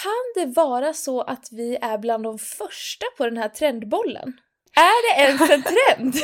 kan det vara så att vi är bland de första på den här trendbollen? Är det ens en trend?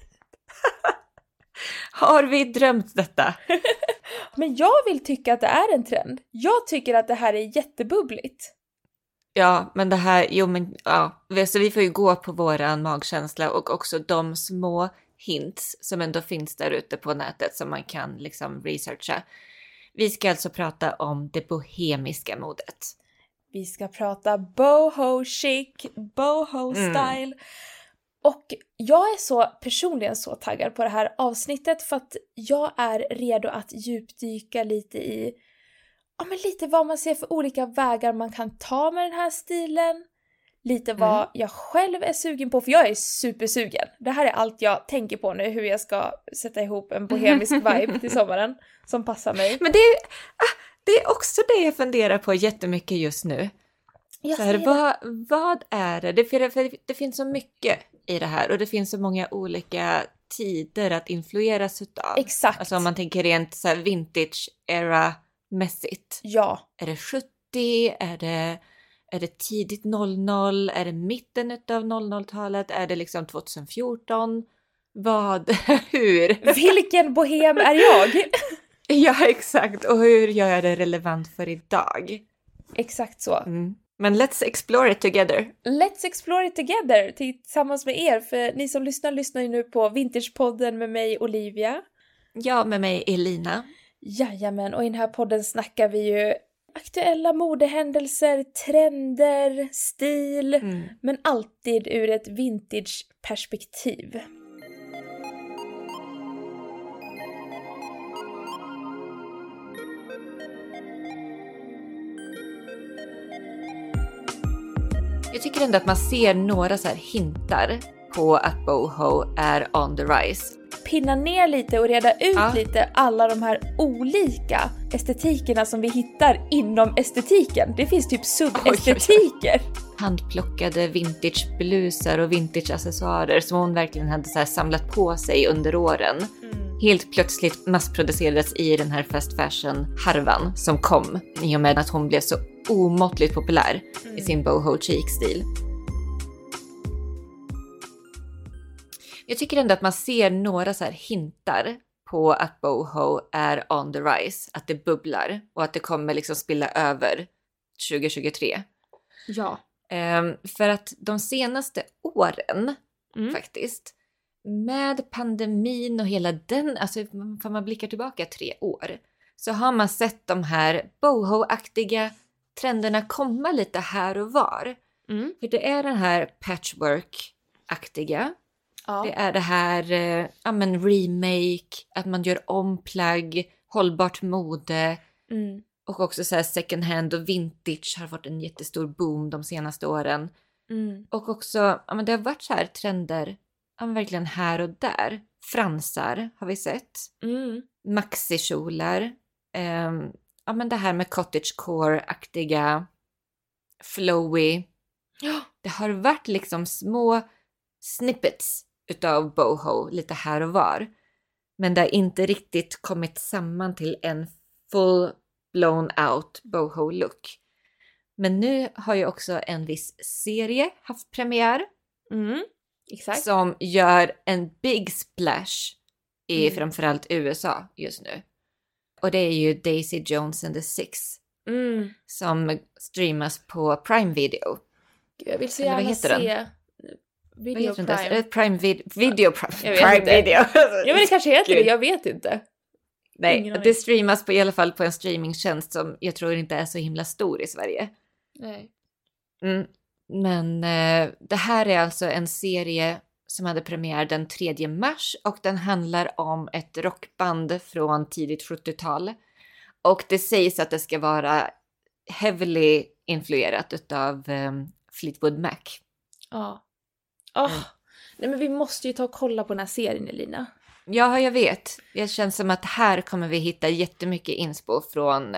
Har vi drömt detta? Men jag vill tycka att det är en trend. Jag tycker att det här är jättebubbligt. Ja, men det här, så vi får ju gå på våran magkänsla och också de små hints som ändå finns där ute på nätet som man kan liksom researcha. Vi ska alltså prata om det bohemiska modet. Vi ska prata boho chic, boho style. Och jag är personligen så taggad på det här avsnittet för att jag är redo att djupdyka lite i lite vad man ser för olika vägar man kan ta med den här stilen. Lite vad jag själv är sugen på, för jag är supersugen. Det här är allt jag tänker på nu, hur jag ska sätta ihop en bohemisk vibe till sommaren som passar mig. Men det är också det jag funderar på jättemycket just nu. Vad är det? Det finns så mycket i det här och det finns så många olika tider att influeras utav. Exakt. Alltså om man tänker rent så här vintage era mässigt. Ja. Är det 70? Är det tidigt 00? Är det mitten av 00-talet? Är det liksom 2014? Hur? Vilken bohem är jag? Ja, exakt. Och hur gör jag det relevant för idag? Exakt så. Men let's explore it together. Let's explore it together tillsammans med er. För ni som lyssnar ju nu på Vintagepodden med mig, Olivia. Ja, med mig, Elina. Jajamän, och i den här podden snackar vi ju aktuella modehändelser, trender, stil. Men alltid ur ett vintage-perspektiv. Jag tycker ändå att man ser några så här hintar på att boho är on the rise. Pinna ner lite och reda ut lite alla de här olika estetikerna som vi hittar inom estetiken. Det finns typ subestetiker. Handplockade vintageblusar och vintageaccessoarer som hon verkligen hade så här samlat på sig under åren. Helt plötsligt massproducerades i den här fast fashion-harvan som kom i och med att hon blev så omåttligt populär i sin boho chic-stil. Jag tycker ändå att man ser några så här hintar på att boho är on the rise. Att det bubblar och att det kommer liksom spilla över 2023. Ja. För att de senaste åren faktiskt, med pandemin och hela den, alltså för man blickar tillbaka 3 år, så har man sett de här boho-aktiga trenderna komma lite här och var. För det är den här patchwork-aktiga. Ja. Det är det här remake, att man gör om plagg, hållbart mode och också så här second hand och vintage har varit en jättestor boom de senaste åren. Och också, det har varit så här trender verkligen här och där. Fransar har vi sett. Maxikjolar. Det här med cottagecore-aktiga, flowy. Det har varit liksom små snippets utav boho lite här och var. Men det har inte riktigt kommit samman till en full blown out boho look. Men nu har ju också en viss serie haft premiär. Exakt. Som gör en big splash i framförallt USA just nu. Och det är ju Daisy Jones and the Six. Som streamas på Prime Video. Gud, jag vill så gärna se Video Prime. Är det Prime Video? Prime Video. Ja, men det kanske heter det, jag vet inte. Nej, det streamas i alla fall på en streamingtjänst som jag tror inte är så himla stor i Sverige. Nej. Men det här är alltså en serie som hade premiär den 3 mars och den handlar om ett rockband från tidigt 70-tal. Och det sägs att det ska vara heavily influerat utav Fleetwood Mac. Ja. Nej, men vi måste ju ta och kolla på den här serien, Elina. Ja, jag vet. Det känns som att här kommer vi hitta jättemycket inspo från...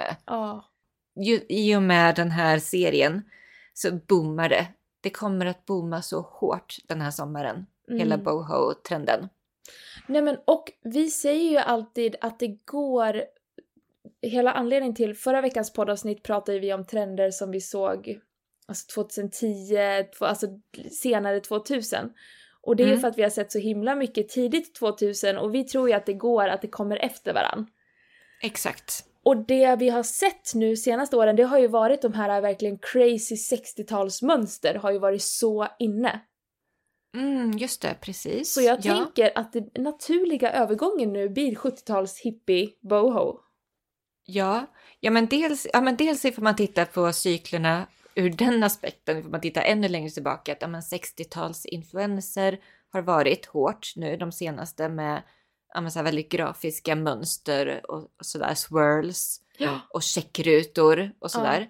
I och med den här serien så boomar det. Det kommer att booma så hårt den här sommaren. Hela boho-trenden. Nej, men och vi säger ju alltid att det går hela anledningen till förra veckans poddavsnitt pratade vi om trender som vi såg alltså 2010, alltså senare 2000. Och det är ju för att vi har sett så himla mycket tidigt 2000 och vi tror ju att det går att det kommer efter varann. Exakt. Och det vi har sett nu senaste åren, det har ju varit de här verkligen crazy 60-talsmönster har ju varit så inne. Just det, precis. Så jag tänker att den naturliga övergången nu blir 70-tals hippie boho. Ja, men dels får man titta på cyklerna ur den aspekten, får man titta ännu längre tillbaka att 60-tals influenser har varit hårt nu de senaste med så här väldigt grafiska mönster och sådär swirls och checkrutor och sådär.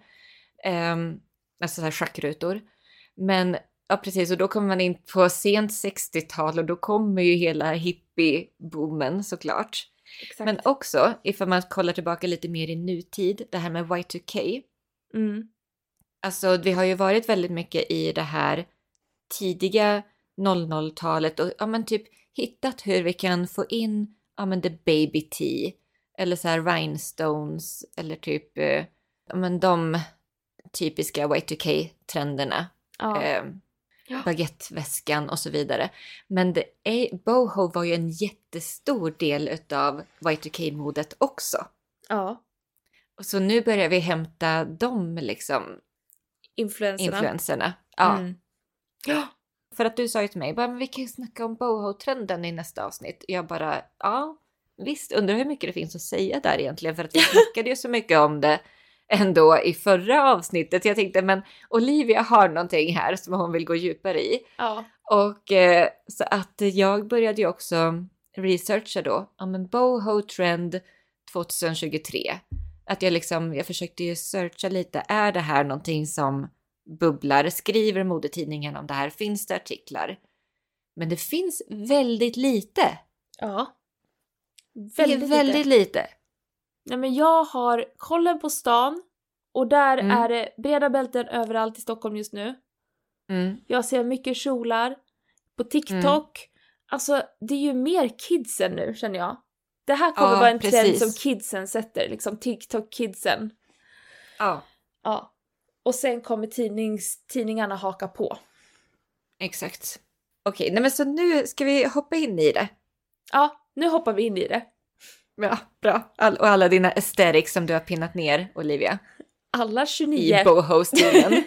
Alltså så här schackrutor. Men ja, precis, och då kommer man in på sent 60-tal och då kommer ju hela hippie-boomen såklart. Exakt. Men också, ifall man kollar tillbaka lite mer i nutid, det här med Y2K. Alltså vi har ju varit väldigt mycket i det här tidiga 00-talet och typ hittat hur vi kan få in the baby tea eller så här rhinestones eller typ de typiska Y2K-trenderna. Baguetteväskan och så vidare. Men boho var ju en jättestor del utav Y2K-modet också. Ja. Och så nu börjar vi hämta de liksom influenserna. Ja. Ja. För att du sa ju till mig, men vi kan ju snacka om boho-trenden i nästa avsnitt. Jag bara, visst, undrar hur mycket det finns att säga där egentligen. För att vi snackade ju så mycket om det ändå i förra avsnittet. Jag tänkte, men Olivia har någonting här som hon vill gå djupare i. Ja. Och så att jag började ju också researcha då om en boho-trend 2023. Att jag försökte ju searcha lite, är det här någonting som bubblar? Skriver modetidningen om det här? Finns det artiklar? Men det finns väldigt lite. Ja. Väldigt lite. Nej, men jag har kollen på stan och där är det breda bälten överallt i Stockholm just nu. Jag ser mycket kjolar på TikTok. Alltså det är ju mer kidsen nu, känner jag. Det här kommer vara en trend som kidsen sätter, liksom TikTok-kidsen. Ja. Ja. Och sen kommer tidningarna haka på. Exakt. Okej, men så nu ska vi hoppa in i det. Ja, nu hoppar vi in i det. Ja, bra. Och alla dina aesthetics som du har pinnat ner, Olivia. Alla 29. I boho-stilen.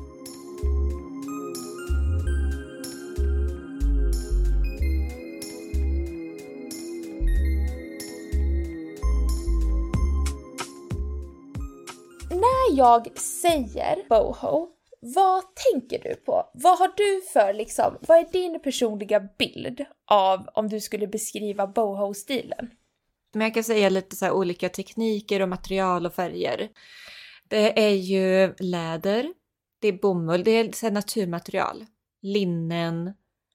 När jag säger boho, vad tänker du på? Vad har du för vad är din personliga bild av om du skulle beskriva boho-stilen? Men jag kan säga lite så här olika tekniker och material och färger. Det är ju läder, det är bomull, det är så här naturmaterial. Linnen.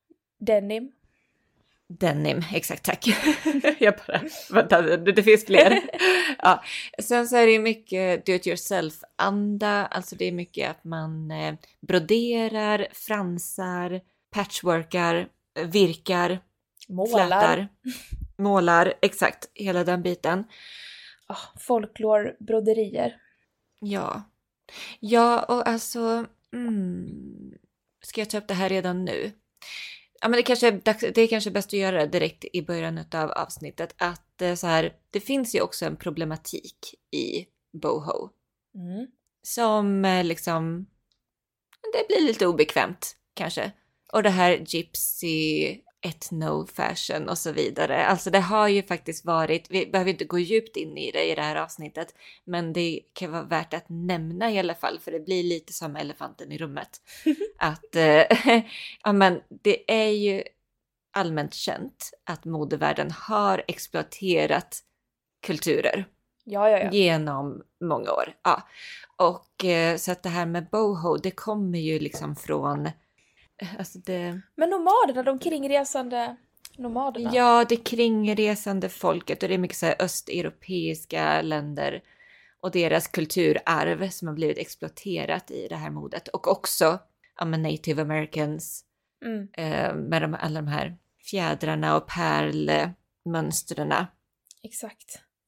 Denim, exakt, tack. Jag bara, vänta, det finns fler. Ja. Sen så är det mycket do-it-yourself-anda. Alltså det är mycket att man broderar, fransar, patchworkar, virkar, flätar, målar, exakt, hela den biten. Folklore-broderier. Ja, och alltså, ska jag ta upp det här redan nu? Ja, men det är kanske bäst att göra det direkt i början av avsnittet. Att så här, det finns ju också en problematik i boho. Som det blir lite obekvämt kanske. Och det här gypsy, ethno-fashion och så vidare. Alltså det har ju faktiskt varit, vi behöver inte gå djupt in i det här avsnittet. Men det kan vara värt att nämna i alla fall. För det blir lite som elefanten i rummet. Att men det är ju allmänt känt att modevärlden har exploaterat kulturer. Ja. Genom många år. Ja. Och så att det här med boho, det kommer ju från... Alltså Men nomaderna, de kringresande nomaderna? Ja, det kringresande folket och det är mycket så här östeuropeiska länder och deras kulturarv som har blivit exploaterat i det här modet. Och också native americans med alla de här fjädrarna och pärlmönstren. Exakt.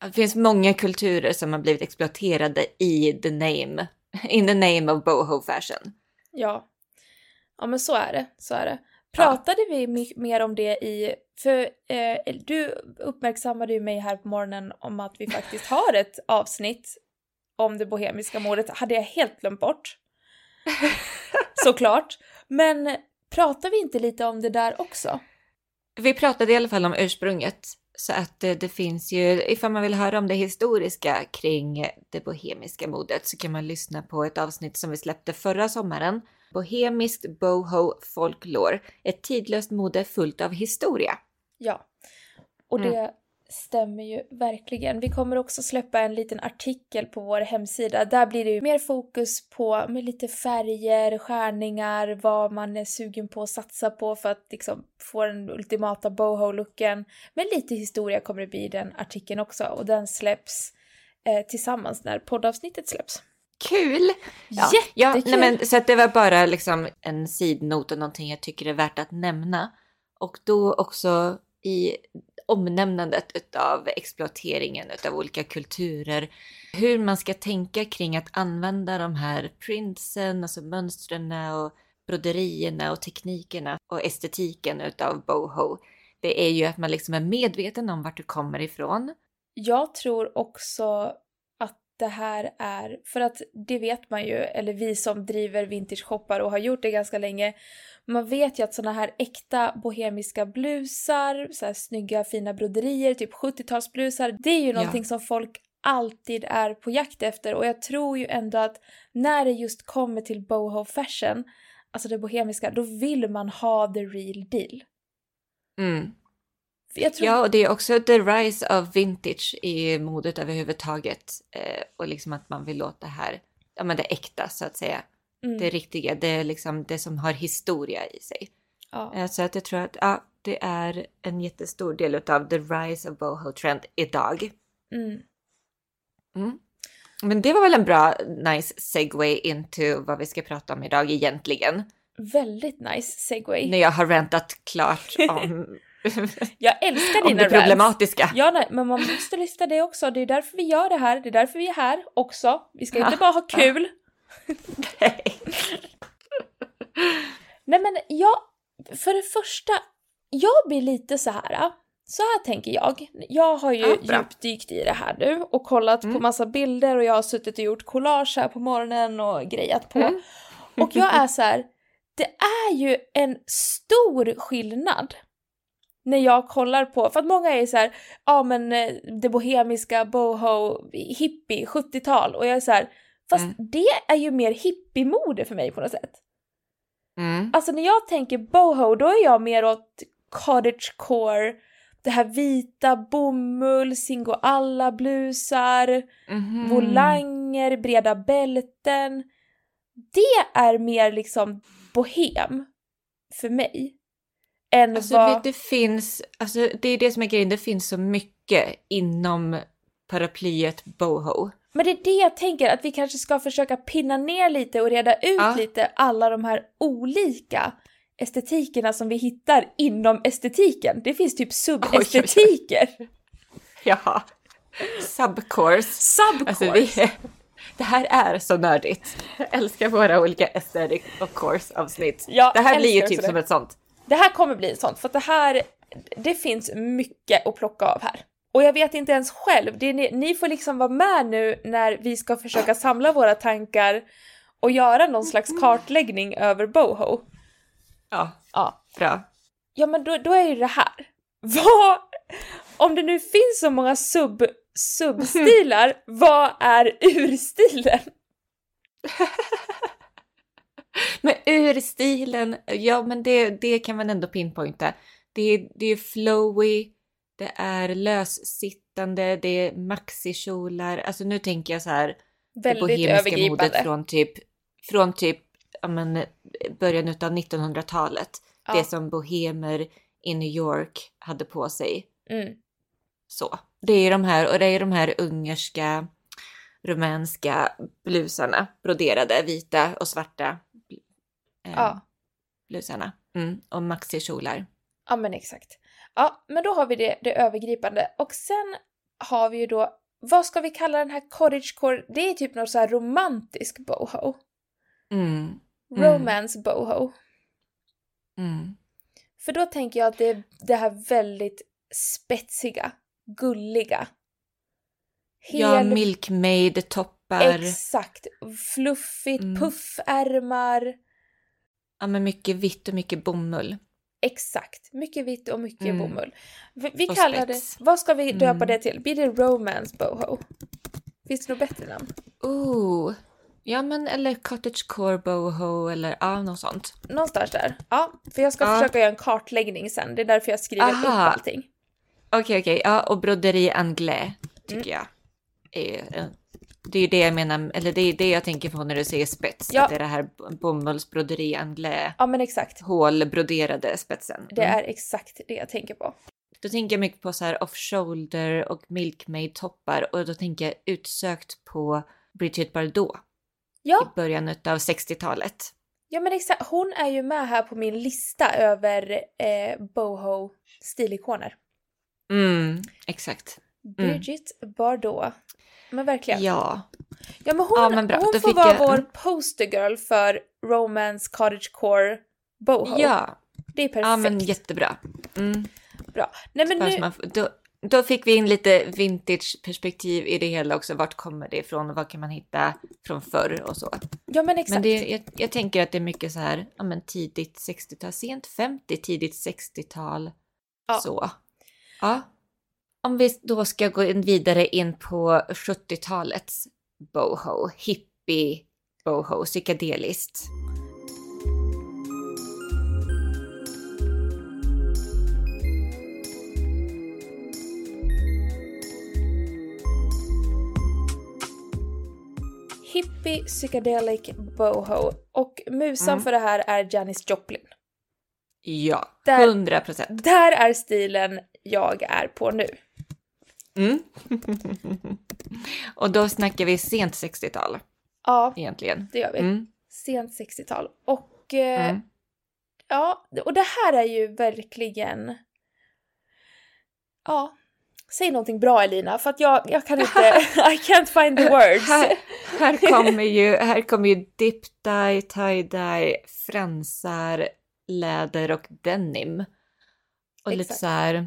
Det finns många kulturer som har blivit exploaterade in the name of boho fashion. Ja. Ja, men så är det. Pratade vi mer om det för du uppmärksammade ju mig här på morgonen om att vi faktiskt har ett avsnitt om det bohemiska modet. Hade jag helt glömt bort. Såklart. Men pratar vi inte lite om det där också? Vi pratade i alla fall om ursprunget. Så att det finns ju, ifall man vill höra om det historiska kring det bohemiska modet så kan man lyssna på ett avsnitt som vi släppte förra sommaren. Bohemiskt boho folklore, ett tidlöst mode fullt av historia. Ja, och det stämmer ju verkligen. Vi kommer också släppa en liten artikel på vår hemsida. Där blir det ju mer fokus på med lite färger, skärningar, vad man är sugen på att satsa på för att liksom få den ultimata boho-looken. Men lite historia kommer det bli i den artikeln också. Och den släpps tillsammans när poddavsnittet släpps. Kul! Jättekul! Så att det var bara liksom en sidnot och någonting jag tycker är värt att nämna. Och då också i omnämnandet utav exploateringen utav olika kulturer. Hur man ska tänka kring att använda de här printsen, alltså mönstren och broderierna och teknikerna och estetiken utav boho. Det är ju att man liksom är medveten om vart du kommer ifrån. Jag tror också att det här är, för att det vet man ju, eller vi som driver vintage-shoppar och har gjort det ganska länge, man vet ju att såna här äkta bohemiska blusar, så här snygga fina broderier, typ 70-talsblusar, det är ju någonting som folk alltid är på jakt efter. Och jag tror ju ändå att när det just kommer till boho fashion, alltså det bohemiska, då vill man ha the real deal. Ja, och det är också the rise of vintage i modet överhuvudtaget. Och liksom att man vill låta här, ja men det äkta så att säga. Det riktiga, det är liksom det som har historia i sig. Ja. Så att jag tror att det är en jättestor del av the rise of boho trend idag. Men det var väl en bra, nice segway into vad vi ska prata om idag egentligen. Väldigt nice segway. När jag har rantat klart om... Jag älskar dina det problematiska. Ja, nej, men man måste lyssna det också. Det är därför vi gör det här. Det är därför vi är här också. Vi ska inte bara ha kul. Nej, men för det första, jag blir lite så här tänker jag. Jag har ju djupdykt i det här nu och kollat på massa bilder och jag har suttit och gjort collage här på morgonen och grejat på. Och jag är så här, det är ju en stor skillnad när jag kollar på, för att många är så här, men det bohemiska, boho, hippie, 70-tal, och jag är så här, fast det är ju mer hippie-mode för mig på något sätt. Alltså när jag tänker boho, då är jag mer åt cottagecore, det här vita bomull, singoalla blusar, volanger, breda bälten. Det är mer liksom bohem för mig. Det finns, alltså det är det som är grejen, det finns så mycket inom paraplyet boho. Men det är det jag tänker, att vi kanske ska försöka pinna ner lite och reda ut lite alla de här olika estetikerna som vi hittar inom estetiken. Det finns typ subestetiker. Ja, subcourse. Alltså det här är så nördigt. Jag älskar våra olika aesthetic och course avsnitt. Ja, det här blir ju typ som ett sånt. Det här kommer bli ett sånt, för att det finns mycket att plocka av här. Och jag vet inte ens själv, ni får liksom vara med nu när vi ska försöka samla våra tankar och göra någon slags kartläggning över boho. Ja, bra. Ja, men då är ju det här. Om det nu finns så många substilar, vad är urstilen? Men urstilen, ja men det kan man ändå pinpointa. Det är flowy, det är lössittande, det är maxikjolar. Alltså nu tänker jag så här, väldigt det bohemiska övergripande modet från typ början av 1900-talet. Ja. Det som bohemer i New York hade på sig. Så. Det är de här ungerska, rumänska blusarna, broderade, vita och svarta blusarna. Och maxikjolar. Ja, men exakt. Ja, men då har vi det övergripande. Och sen har vi ju då, vad ska vi kalla den här cottagecore? Det är typ något så här romantisk boho. Romance boho. För då tänker jag att det är det här väldigt spetsiga, gulliga. Ja, milkmaid-toppar. Exakt. Fluffigt, puffärmar. Ja, men mycket vitt och mycket bomull. Exakt. Mycket vitt och mycket bomull. Vi och kallar spets. det... Vad ska vi döpa det till? Blir det romance boho? Finns det något bättre namn? Ja, men eller cottagecore boho eller något sånt. Någonstans där. Ja, för jag ska försöka göra en kartläggning sen. Det är därför jag skriver upp allting. Okej. Ja, och broderi anglais tycker jag. Det är det jag menar, eller det är det jag tänker på när du säger spets. Ja. Att det är det här bomullsbroderi anglais. Ja, men exakt. Hålbroderade spetsen. Det är exakt det jag tänker på. Då tänker jag mycket på så här off-shoulder och milkmaid-toppar. Och då tänker jag utsökt på Brigitte Bardot. Ja. I början av 60-talet. Ja, men exakt. Hon är ju med här på min lista över boho-stilikoner. Exakt. Brigitte Bardot. Men verkligen. Ja. Ja, men hon får vara vår poster girl för romance, cottagecore, boho. Ja. Det är perfekt. Ja, men jättebra. Bra. Nej, men nu... Då fick vi in lite vintage-perspektiv i det hela också. Vart kommer det ifrån? Vad kan man hitta från förr och så? Ja, men exakt. Men jag tänker att det är mycket så här, ja, men tidigt 60-tal, sent 50, tidigt 60-tal. Ja. Så. Ja. Om vi då ska gå vidare in på 70-talets boho, hippie boho, psykedeliskt. Hippie psychedelic boho. Och musan för det här är Janis Joplin. Ja, 100%. Där är stilen jag är på nu. Och då snackar vi sent 60-tal. Ja, egentligen. Det gör vi. Sent 60-tal. Och ja, och det här är ju verkligen... Ja, säg någonting bra, Elina, för att jag kan inte... I can't find the words. Här kommer ju dip dye, tie-dye, fransar, läder och denim. Och exakt. lite så här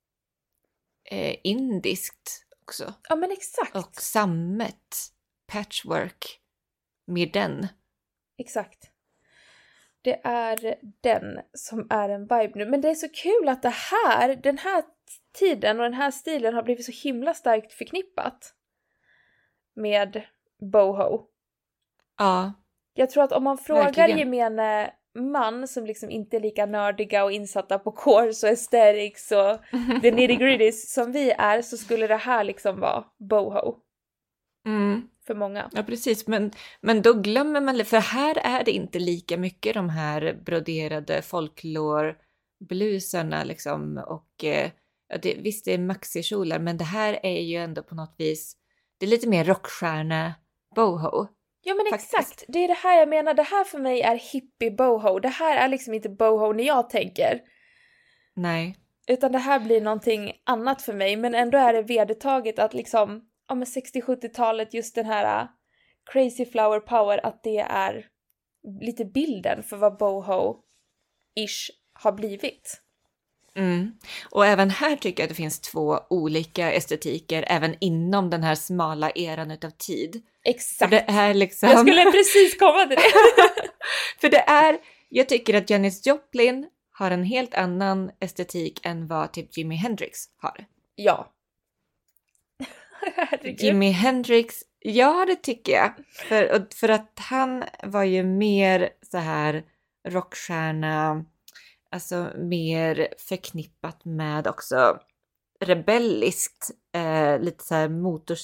indiskt också. Ja, men exakt. Och sammet, patchwork, med den. Exakt. Det är den som är en vibe nu. Men det är så kul att den här tiden och den här stilen har blivit så himla starkt förknippat med boho. Ja. Jag tror att om man frågar verkligen. Gemene man som liksom inte är lika nördiga och insatta på cores och aesthetics och the nitty-gritties som vi är, så skulle det här liksom vara boho. För många. Ja, precis. Men då glömmer man, för här är det inte lika mycket de här broderade folklore-blusarna liksom. Och visst, det är maxikjolar, men det här är ju ändå på något vis, det är lite mer rockstjärna boho. Ja, men faktiskt. Exakt. Det är det här jag menar. Det här för mig är hippie boho. Det här är liksom inte boho när jag tänker. Nej. Utan det här blir någonting annat för mig. Men ändå är det vedertaget att liksom, ja, men 60-70-talet, just den här crazy flower power, att det är lite bilden för vad boho-ish har blivit. Och även här tycker jag att det finns två olika estetiker även inom den här smala eran utav tid. Exakt. För det är liksom... Jag skulle precis komma till det. För det är, jag tycker att Janis Joplin har en helt annan estetik än vad typ Jimi Hendrix har. Ja. Herregud. Jimi Hendrix, ja det tycker jag. För att han var ju mer så här rockstjärna, alltså mer förknippat med också rebelliskt, lite så här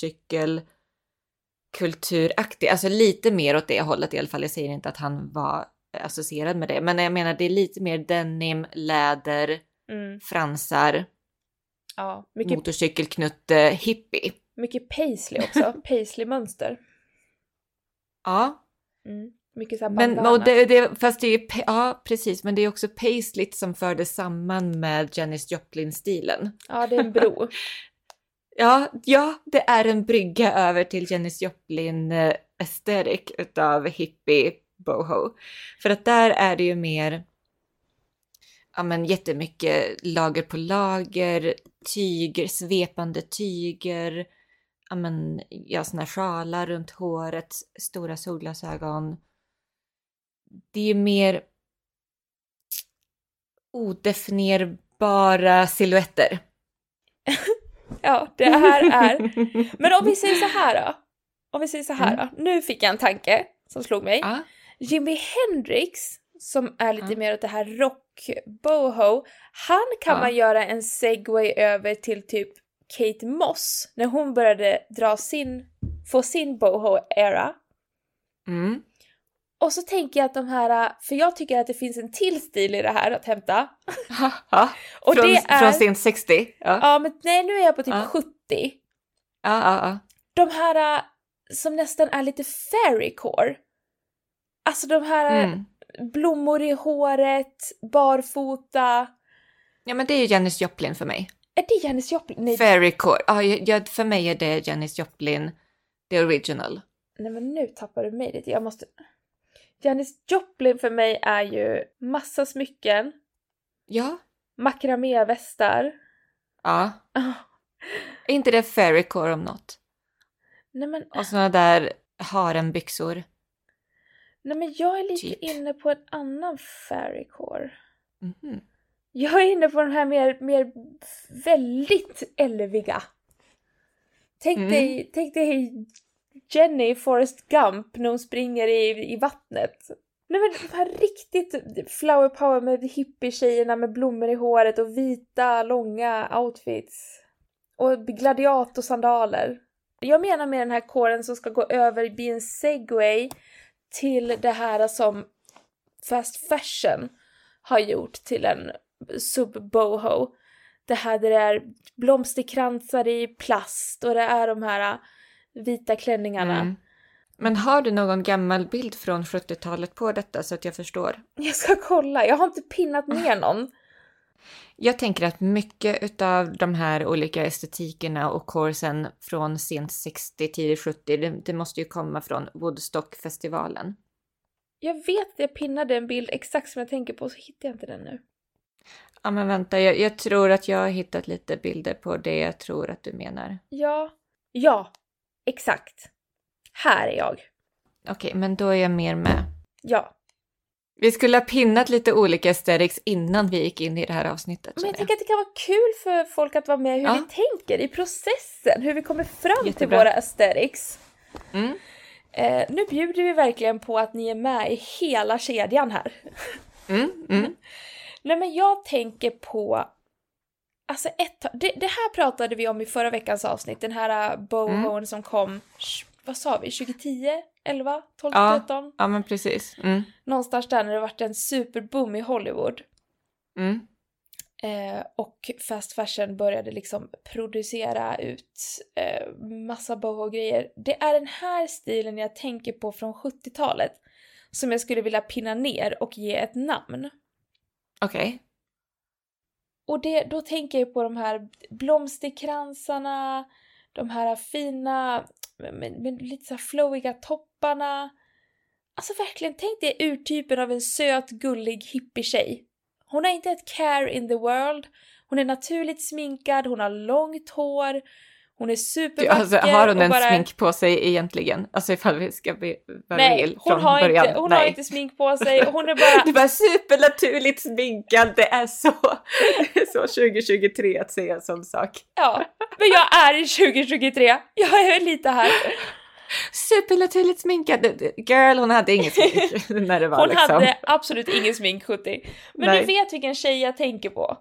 motorcykelkulturaktig, alltså lite mer åt det hållet i alla fall. Jag säger inte att han var associerad med det, men jag menar det är lite mer denim, läder, fransar, ja, mycket motorcykelknutte, hippie. Mycket paisley också, paisley-mönster. Ja. Mycket så här bandana. Fast det är ja, precis, men det är också paisley som fördes samman med Janis Joplin-stilen. Ja, det är en bro. Ja, det är en brygga över till Janis Joplin aesthetic utav hippie boho. För att där är det ju mer, ja men jättemycket lager på lager, tyger, svepande tyger, ja men såna sjalar runt håret, stora solglasögon. Det är ju mer odefinierbara silhuetter. Ja, det här är... Men om vi säger så här då. Nu fick jag en tanke som slog mig. Jimi Hendrix, som är lite mer åt det här rock-boho, han kan man göra en segway över till typ Kate Moss, när hon började få sin boho-era. Mm. Och så tänker jag att de här, för jag tycker att det finns en till stil i det här att hämta. Och från sin 60? Ja, men nej, nu är jag på typ 70. Ja. De här som nästan är lite fairycore. Alltså de här blommor i håret, barfota. Ja, men det är ju Janis Joplin för mig. Är det Janis Joplin? Nej. Fairycore. Ja, för mig är det Janis Joplin, the original. Nej, men nu tappar du mig lite. Janis Joplin för mig är ju massa smycken. Ja. Makramé-västar. Ja. Är inte det fairycore om något? Nej, men... Och såna där harenbyxor. Nej, men jag är lite inne på en annan fairycore. Mm-hmm. Jag är inne på de här mer väldigt älviga. Tänk dig Jenny i Forrest Gump när hon springer i vattnet. Nej, men de här riktigt flower power med hippie-tjejerna med blommor i håret och vita, långa outfits. Och gladiatorsandaler. Jag menar med den här kåren som ska gå över i en segway till det här som fast fashion har gjort till en sub-boho. Det här där det är blomsterkransar i plast och det är de här vita klänningarna. Mm. Men har du någon gammal bild från 70-talet på detta så att jag förstår? Jag ska kolla, jag har inte pinnat ner någon. Jag tänker att mycket av de här olika estetikerna och kursen från sent 60, tidigt 70, det måste ju komma från Woodstock-festivalen. Jag vet att jag pinnade en bild exakt som jag tänker på, så hittar jag inte den nu. Ja, men vänta, jag tror att jag har hittat lite bilder på det jag tror att du menar. Ja, exakt. Här är jag. Okej, men då är jag mer med. Ja. Vi skulle ha pinnat lite olika aesthetics innan vi gick in i det här avsnittet. Men jag tycker att det kan vara kul för folk att vara med hur vi tänker i processen. Hur vi kommer fram till våra aesthetics. Mm. Nu bjuder vi verkligen på att ni är med i hela kedjan här. Nej, men jag tänker på... Alltså det här pratade vi om i förra veckans avsnitt. Den här bohoen som kom... Vad sa vi? 2010? 11? 12? 13? Ja, men precis. Någonstans där när det varit en superboom i Hollywood. Och fast fashion började liksom producera ut massa boho-grejer. Det är den här stilen jag tänker på från 70-talet som jag skulle vilja pinna ner och ge ett namn. Okej. Och då tänker jag på de här blomsterkransarna, de här fina med lite så här flowiga topparna. Alltså verkligen, tänk dig urtypen av en söt, gullig hippie-tjej. Hon har inte ett care in the world. Hon är naturligt sminkad, hon har långt hår. Hon är supervacker. Alltså, har hon en smink på sig egentligen? Alltså ifall vi ska vara real från början. Hon har inte smink på sig. Hon är bara... Det var supernaturligt sminkad. Det är så 2023 att säga en sån sak. Ja, men jag är i 2023. Jag är lite här. Supernaturligt sminkad. Girl, hon hade ingen smink när det var hon liksom. Hade absolut ingen smink, 70. Men Nej. Du vet vilken tjej jag tänker på.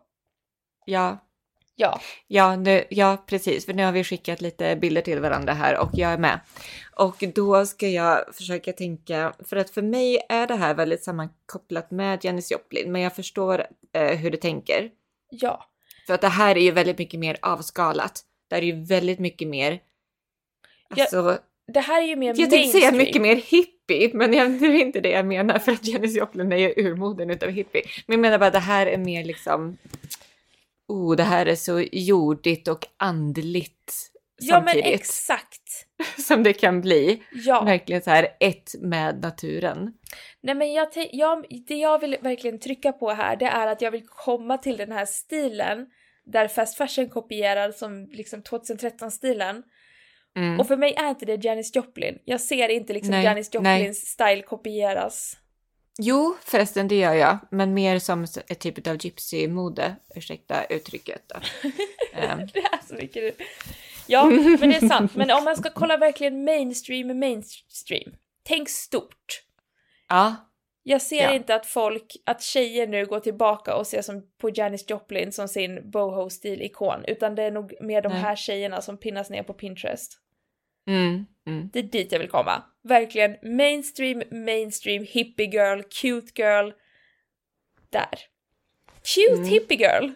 Ja, precis. För nu har vi skickat lite bilder till varandra här och jag är med. Och då ska jag försöka tänka, för att för mig är det här väldigt sammankopplat med Janis Joplin, men jag förstår hur du tänker. Ja. För att det här är ju väldigt mycket mer avskalat. Det är ju väldigt mycket mer... Alltså, det här är ju mer jag tänkte säga mycket mer hippie, men det är inte det jag menar, för att Janis Joplin är ju urmoden utav hippie. Men jag menar bara att det här är mer liksom det här är så jordigt och andligt Ja, samtidigt. men exakt. Som det kan bli. Ja. Verkligen så här ett med naturen. Nej, men det jag vill verkligen trycka på här, det är att jag vill komma till den här stilen där fast fashion kopierar som liksom 2013-stilen. Och för mig är inte det Janis Joplin. Jag ser inte liksom Janis Joplins style kopieras. Jo, förresten det gör jag. Men mer som ett typ av gypsy-mode. Ursäkta uttrycket då. Det är så mycket. Ja, men det är sant. Men om man ska kolla verkligen mainstream. Tänk stort. Ja. Jag ser inte att tjejer nu går tillbaka och ser som på Janis Joplin som sin boho-stil-ikon. Utan det är nog mer de här tjejerna som pinnas ner på Pinterest. Det är dit jag vill komma. Verkligen mainstream, hippie girl, cute girl. Där. Cute hippie girl.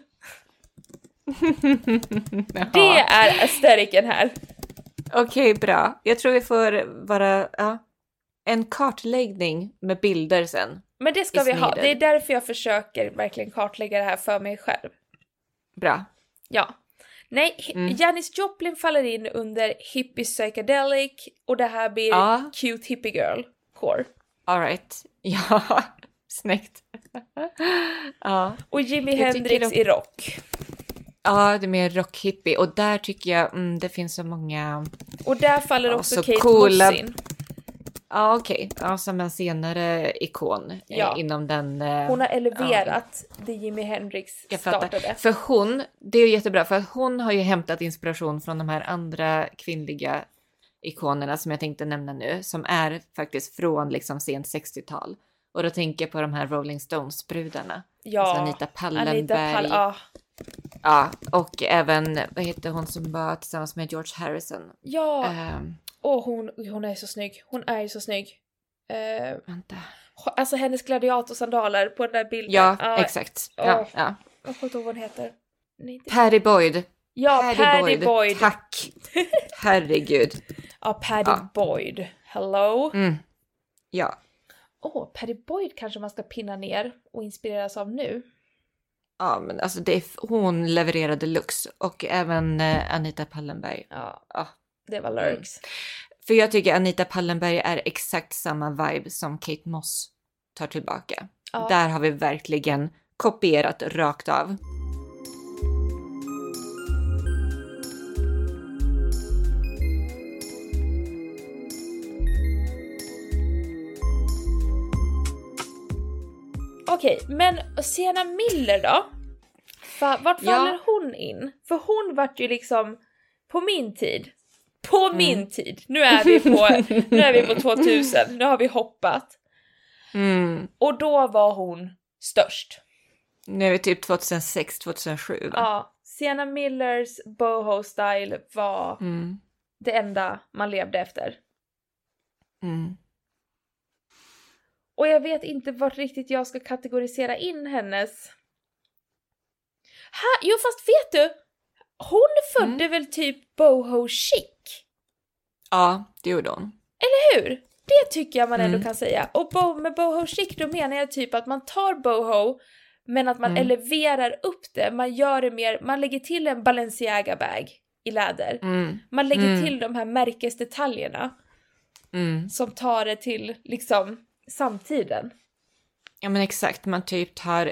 Det är aesthetiken här. Okej, bra. Jag tror vi får vara en kartläggning med bilder sen. Men det ska vi ha. Det är därför jag försöker verkligen kartlägga det här för mig själv. Bra. Ja. Nej, Janis Joplin faller in under hippie psychedelic och det här blir cute hippie girl core. All right. Ja, snyggt. Och Jimi Hendrix i rock. Ja, det är mer rock-hippie. Och där tycker jag det finns så många... Och där faller också Kate coola... Moss in. Ja, okej. Ja, som en senare ikon inom den... Hon har eleverat det Jimi Hendrix startade. För det är jättebra, för hon har ju hämtat inspiration från de här andra kvinnliga ikonerna som jag tänkte nämna nu. Som är faktiskt från liksom sent 60-tal. Och då tänker jag på de här Rolling Stones-brudarna. Ja, alltså Anita Pallenberg. Ja, och även, vad heter hon som var tillsammans med George Harrison? Ja, hon är så snygg. Hon är ju så snygg. Vänta. Alltså hennes gladiatorsandaler på den där bilden. Ja, exakt. Ja. Jag kommer inte ihåg vad hon heter. Patty Boyd. Ja, Patty Boyd. Tack. Herregud. Ja, Patty Boyd. Hello. Ja. Patty Boyd kanske man ska pinna ner och inspireras av nu. Ja, men alltså hon levererade lux. Och även Anita Pallenberg. Ja. Det var lyrics. För jag tycker Anita Pallenberg är exakt samma vibe som Kate Moss tar tillbaka. Ja. Där har vi verkligen kopierat rakt av. Okej, men Sienna Miller då? Vart faller hon in? För hon vart ju liksom på min tid. Min tid. Nu är vi på 2000. Nu har vi hoppat. Och då var hon störst. Nu är vi typ 2006, 2007 va? Ja, Sienna Millers boho style var det enda man levde efter. Och jag vet inte vart riktigt jag ska kategorisera in hennes. Jo, fast vet du? Hon födde väl typ boho chic? Ja, det gjorde hon. Eller hur? Det tycker jag man ändå kan säga. Och med boho chic då menar jag typ att man tar boho men att man eleverar upp det. Man gör det mer, man lägger till en Balenciaga-bag i läder. Man lägger till de här märkesdetaljerna som tar det till liksom samtiden. Ja men exakt, man typ tar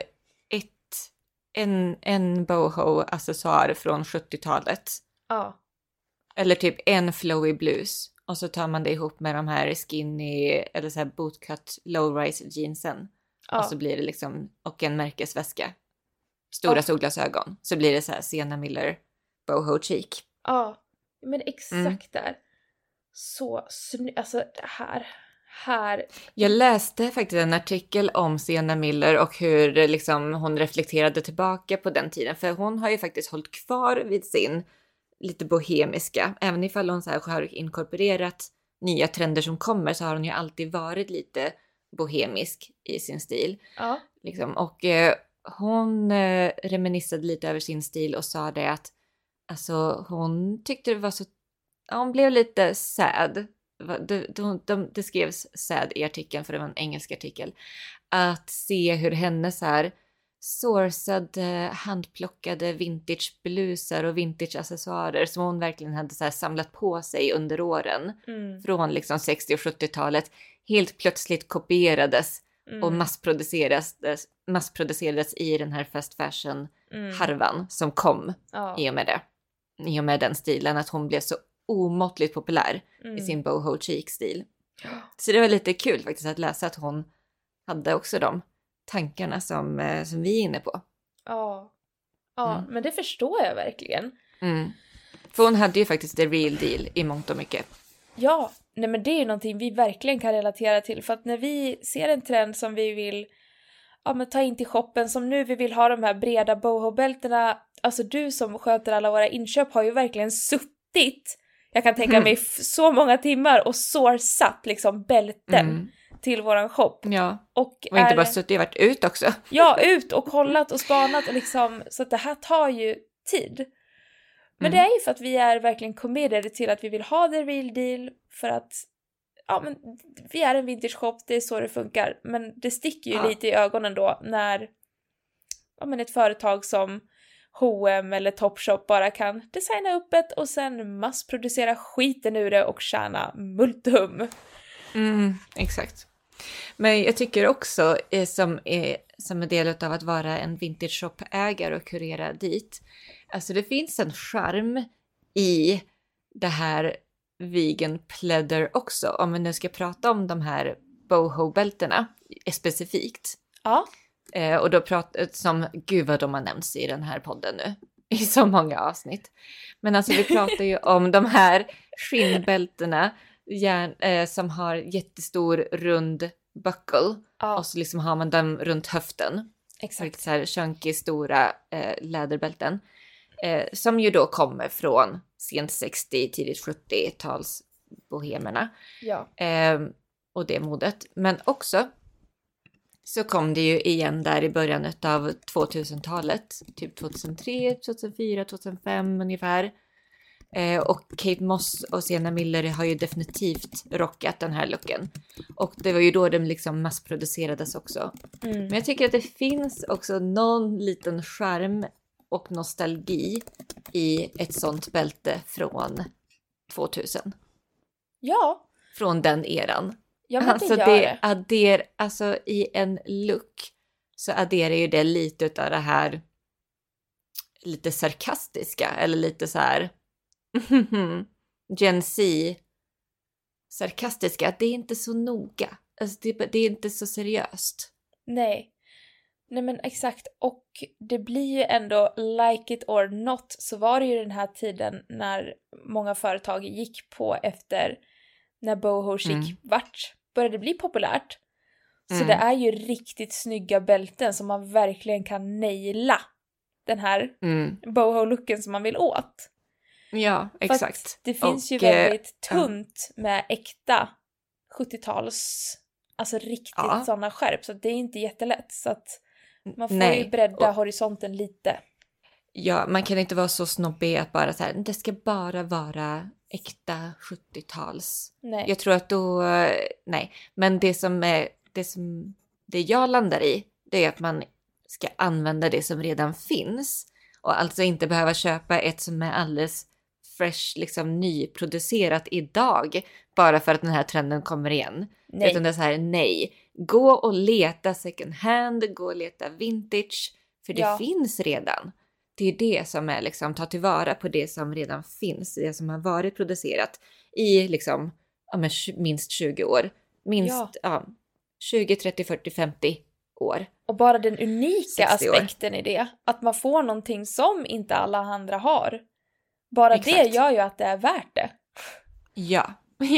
en boho-accessoar från 70-talet. Ja. Eller typ en flowy blus. Och så tar man det ihop med de här skinny eller så här bootcut low-rise jeansen. Ja. Och så blir det liksom, och en märkesväska. Stora solglasögon. Så blir det så här Sienna Miller boho chic. Ja, men exakt där. Så alltså det här. Jag läste faktiskt en artikel om Sienna Miller och hur liksom hon reflekterade tillbaka på den tiden. För hon har ju faktiskt hållit kvar vid sin lite bohemiska. Även ifall hon så här har inkorporerat nya trender som kommer så har hon ju alltid varit lite bohemisk i sin stil. Ja. Liksom. Och hon reminissade lite över sin stil och sa det att alltså, hon tyckte det var så... Hon blev lite sad. Det skrevs sad i artikeln för det var en engelsk artikel. Att se hur hennes här sourcade, handplockade vintageblusar och vintageaccessoarer som hon verkligen hade så här samlat på sig under åren. Från liksom 60- och 70-talet. Helt plötsligt kopierades och massproducerades i den här fast fashion-harvan som kom i och med det. I och med den stilen, att hon blev så omåttligt populär i sin boho chic-stil. Så det var lite kul faktiskt att läsa att hon hade också de tankarna som vi är inne på. Ja, men det förstår jag verkligen. För hon hade ju faktiskt the real deal i mångt och mycket. Ja, nej men det är ju någonting vi verkligen kan relatera till. För att när vi ser en trend som vi vill ta in till shoppen, som nu vi vill ha de här breda boho-bältena. Alltså du som sköter alla våra inköp har ju verkligen suttit, jag kan tänka mig så många timmar och sourcat liksom bälten till våran shop. Ja, och inte bara suttit, jag har varit ut också. Ja, ut och kollat och spanat och liksom, så att det här tar ju tid. Men det är ju för att vi är verkligen committed till att vi vill ha the real deal, för att men vi är en vintage shop, det är så det funkar. Men det sticker ju lite i ögonen då när ett företag som H&M eller Topshop bara kan designa upp ett och sen massproducera skiten ur det och tjäna multum. Exakt. Men jag tycker också som en del av att vara en vintage shop-ägare och kurera dit. Alltså det finns en charm i det här vegan pleather också. Om vi nu ska prata om de här boho-bälterna specifikt. Ja. Och då som gud vad de har nämnts i den här podden nu. I så många avsnitt. Men alltså vi pratar ju om de här skinnbälterna som har jättestor rund buckle. Och så liksom har man dem runt höften. Exakt. Så här chunky stora läderbälten. Som ju då kommer från sent 60, tidigt 70-tals bohemerna. Ja. Och det modet. Men också så kom det ju igen där i början av 2000-talet. Typ 2003, 2004, 2005 ungefär. Och Kate Moss och Sienna Miller har ju definitivt rockat den här looken. Och det var ju då den liksom massproducerades också. Men jag tycker att det finns också någon liten charm och nostalgi i ett sånt bälte från 2000. Ja. Från den eran. Ja, men alltså alltså i en look så adderar ju det lite av det här lite sarkastiska eller lite så här Gen Z sarkastiska, att det är inte så noga. Alltså det är inte så seriöst. Nej men exakt. Och det blir ju ändå, like it or not, så var det ju den här tiden när många företag gick på efter när boho chic började bli populärt. Så det är ju riktigt snygga bälten som man verkligen kan naila den här boho-looken som man vill åt. Ja, exakt. Det finns ju väldigt tunt med äkta 70-tals, alltså riktigt sådana skärp. Så det är inte jättelätt. Så att man får ju bredda horisonten lite. Ja, man kan inte vara så snobbig att bara så här, det ska bara vara äkta 70-tals. Nej. Jag tror att då, men det jag landar i, det är att man ska använda det som redan finns. Och alltså inte behöva köpa ett som är alldeles fresh, liksom nyproducerat idag. Bara för att den här trenden kommer igen. Nej. Utan det är så här, gå och leta second hand, gå och leta vintage. För det finns redan. Det är det som är liksom, ta tillvara på det som redan finns. Det som har varit producerat i liksom, minst 20 år. Minst 20, 30, 40, 50 år. Och bara den unika aspekten i det. Att man får någonting som inte alla andra har. Bara exakt. Det gör ju att det är värt det. Ja.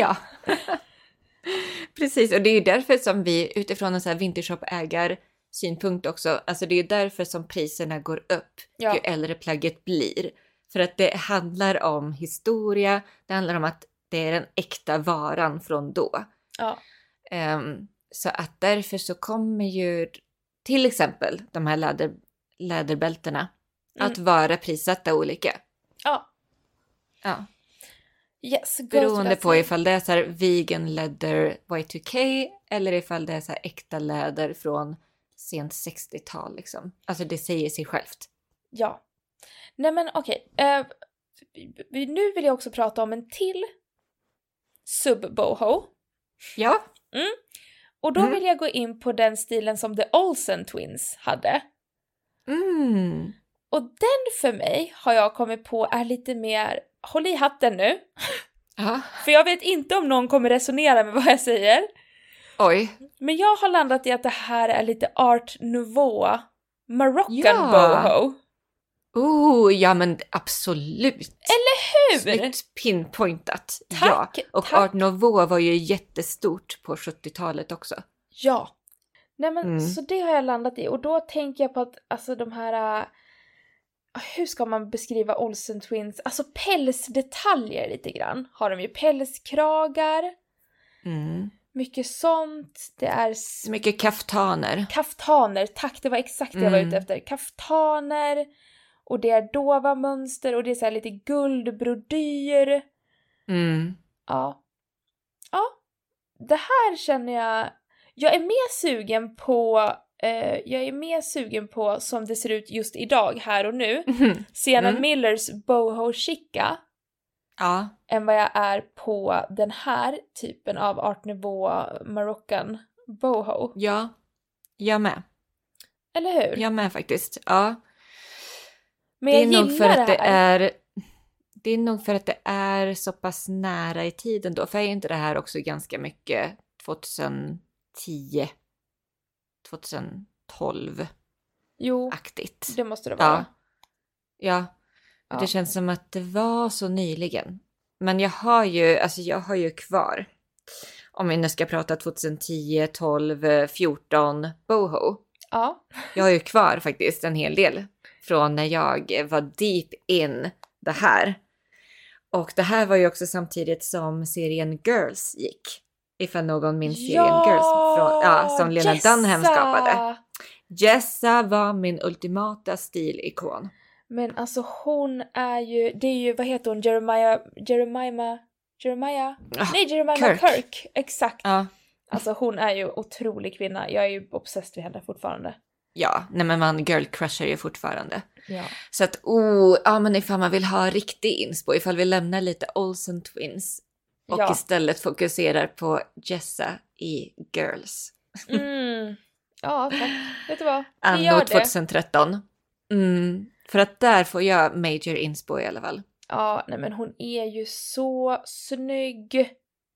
Precis, och det är ju därför som vi utifrån en så här vintage shop-ägar synpunkt också, alltså det är därför som priserna går upp ju äldre plagget blir. För att det handlar om historia, det handlar om att det är den äkta varan från då. Ja. Så att därför så kommer ju till exempel de här läderbälterna att vara prissatta olika. Ja. Yes, beroende på ifall det är så här vegan leather Y2K eller ifall det är så här äkta läder från sent 60-tal liksom. Alltså det säger sig självt. Ja. Nej men okej. Nu vill jag också prata om en till sub-boho. Ja. Och då vill jag gå in på den stilen som The Olsen Twins hade. Och den för mig har jag kommit på är lite mer, håll i hatten nu. Ja. För jag vet inte om någon kommer resonera med vad jag säger. Oj. Men jag har landat i att det här är lite art nouveau, Moroccan boho. Ja men absolut. Eller hur? Snyggt pinpointat. Tack, ja. Och tack. art nouveau var ju jättestort på 70-talet också. Ja. Nej men så det har jag landat i. Och då tänker jag på att alltså de här... hur ska man beskriva Olsen Twins? Alltså pälsdetaljer lite grann. Har de ju pälskragar. Mycket sånt. Det är... Mycket kaftaner. Kaftaner, tack. Det var exakt det jag var ute efter. Kaftaner. Och det är dova mönster. Och det är så här lite guldbrodyr. Ja. Ja. Det här känner jag... Jag är mer sugen på som det ser ut just idag, här och nu. Sienna Millers boho chica. Ja. Än vad jag är på den här typen av art nouveau Moroccan boho. Ja, jag med. Eller hur? Jag med faktiskt, ja. Men jag gillar det är nog för att det är så pass nära i tiden då. För är inte det här också ganska mycket 2010, 2012 aktigt? Det måste det vara. Ja. Det känns som att det var så nyligen. Men jag har ju kvar, om vi nu ska prata 2010, 12, 14 boho. Ja. Jag har ju kvar faktiskt en hel del från när jag var deep in det här. Och det här var ju också samtidigt som serien Girls gick. Ifall någon minns serien Girls som Lena Dunham skapade. Jessa var min ultimata stilikon. Men alltså hon är ju, det är ju, vad heter hon? Jeremiah Kirk. Exakt. Ja. Alltså hon är ju otrolig kvinna. Jag är ju obsessed vid henne fortfarande. Ja, nej men man girl crushar ju fortfarande. Ja. Så att, men ifall man vill ha riktig inspo, ifall vi lämnar lite Olsen Twins och istället fokuserar på Jessa i Girls. Ja, tack. Vet du vad? Anno 2013. För att där får jag major inspo i alla fall. Ja, nej men hon är ju så snygg.